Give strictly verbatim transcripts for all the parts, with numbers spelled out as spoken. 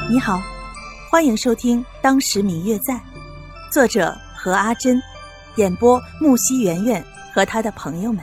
你好，欢迎收听《当时明月在》，作者何阿珍，演播木西圆圆和他的朋友们。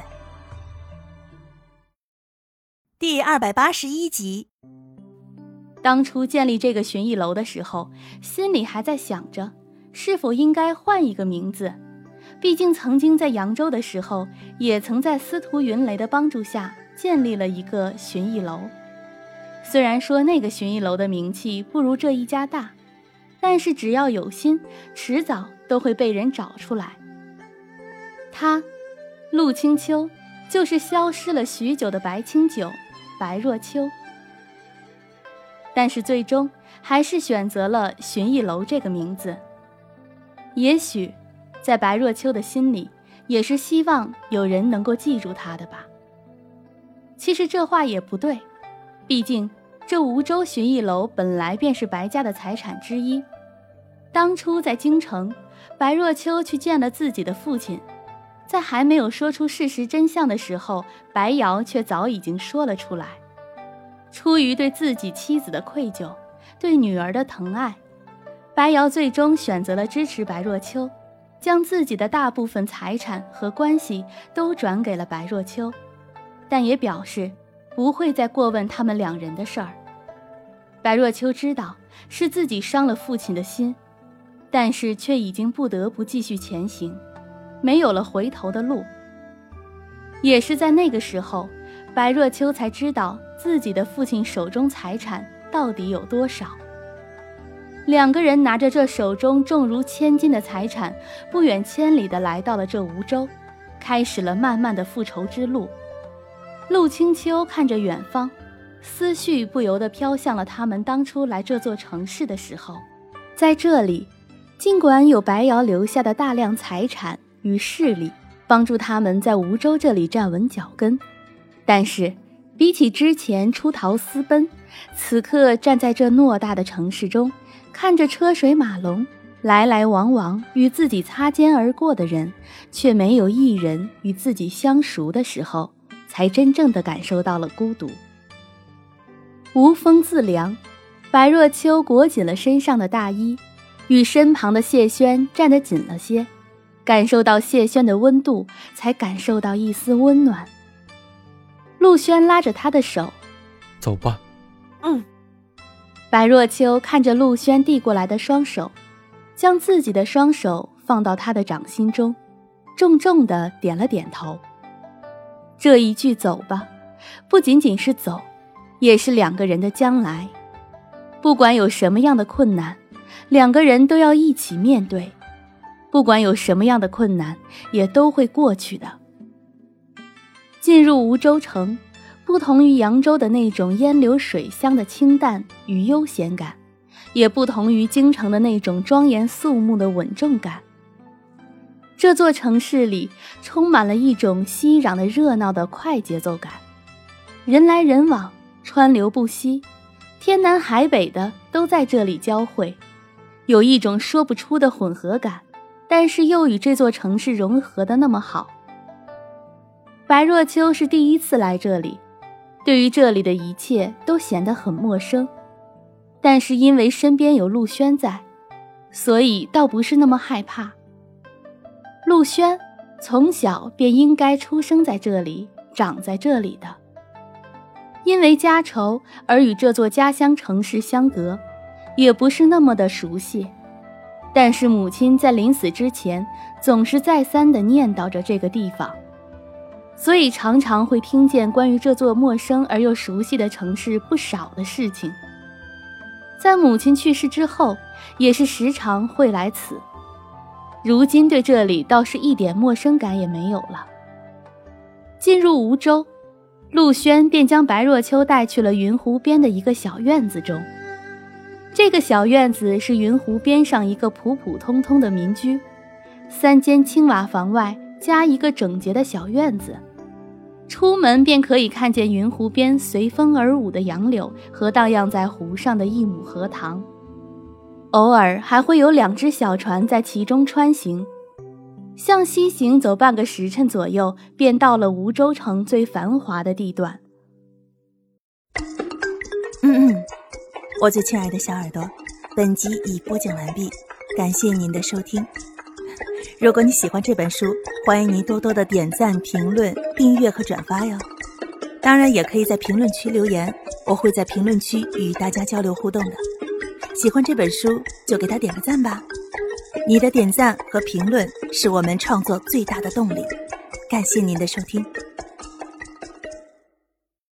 第二百八十一集。 当初建立这个巡艺楼的时候，心里还在想着是否应该换一个名字，毕竟曾经在扬州的时候，也曾在司徒云雷的帮助下建立了一个巡艺楼。虽然说那个巡艺楼的名气不如这一家大，但是只要有心，迟早都会被人找出来。他陆清秋就是消失了许久的白清九，白若秋。但是最终还是选择了巡艺楼这个名字。也许在白若秋的心里，也是希望有人能够记住他的吧。其实这话也不对，毕竟这梧州巡艺楼本来便是白家的财产之一。当初在京城，白若秋去见了自己的父亲，在还没有说出事实真相的时候，白瑶却早已经说了出来。出于对自己妻子的愧疚，对女儿的疼爱，白瑶最终选择了支持白若秋，将自己的大部分财产和关系都转给了白若秋，但也表示不会再过问他们两人的事儿。白若秋知道是自己伤了父亲的心，但是却已经不得不继续前行，没有了回头的路。也是在那个时候，白若秋才知道自己的父亲手中财产到底有多少。两个人拿着这手中重如千斤的财产，不远千里地来到了这梧州，开始了漫漫的复仇之路。陆清秋看着远方，思绪不由得飘向了他们当初来这座城市的时候。在这里，尽管有白瑶留下的大量财产与势力，帮助他们在梧州这里站稳脚跟，但是比起之前出逃私奔，此刻站在这偌大的城市中，看着车水马龙，来来往往与自己擦肩而过的人，却没有一人与自己相熟的时候，才真正地感受到了孤独。无风自凉，白若秋裹紧了身上的大衣，与身旁的谢轩站得紧了些，感受到谢轩的温度，才感受到一丝温暖。陆轩拉着他的手， 走吧。 嗯。 白若秋看着陆轩递过来的双手，将自己的双手放到他的掌心中，重重地点了点头。这一句走吧，不仅仅是走，也是两个人的将来。不管有什么样的困难，两个人都要一起面对，不管有什么样的困难，也都会过去的。进入梧州城，不同于扬州的那种烟流水乡的清淡与悠闲感，也不同于京城的那种庄严肃穆的稳重感。这座城市里充满了一种熙攘的热闹的快节奏感，人来人往，川流不息，天南海北的都在这里交汇，有一种说不出的混合感，但是又与这座城市融合得那么好。白若秋是第一次来这里，对于这里的一切都显得很陌生，但是因为身边有陆轩在，所以倒不是那么害怕。陆轩从小便应该出生在这里，长在这里的，因为家仇而与这座家乡城市相隔，也不是那么的熟悉。但是母亲在临死之前总是再三地念叨着这个地方，所以常常会听见关于这座陌生而又熟悉的城市不少的事情。在母亲去世之后，也是时常会来此，如今对这里倒是一点陌生感也没有了。进入梧州，陆轩便将白若秋带去了云湖边的一个小院子中。这个小院子是云湖边上一个普普通通的民居，三间青瓦房外加一个整洁的小院子，出门便可以看见云湖边随风而舞的杨柳和荡漾在湖上的一亩荷塘，偶尔还会有两只小船在其中穿行。向西行走半个时辰左右，便到了梧州城最繁华的地段。 嗯嗯， 我最亲爱的小耳朵，本集已播讲完毕，感谢您的收听。如果你喜欢这本书，欢迎您多多的点赞、评论、订阅和转发哟。当然也可以在评论区留言，我会在评论区与大家交流互动的。喜欢这本书就给它点个赞吧，你的点赞和评论是我们创作最大的动力。感谢您的收听。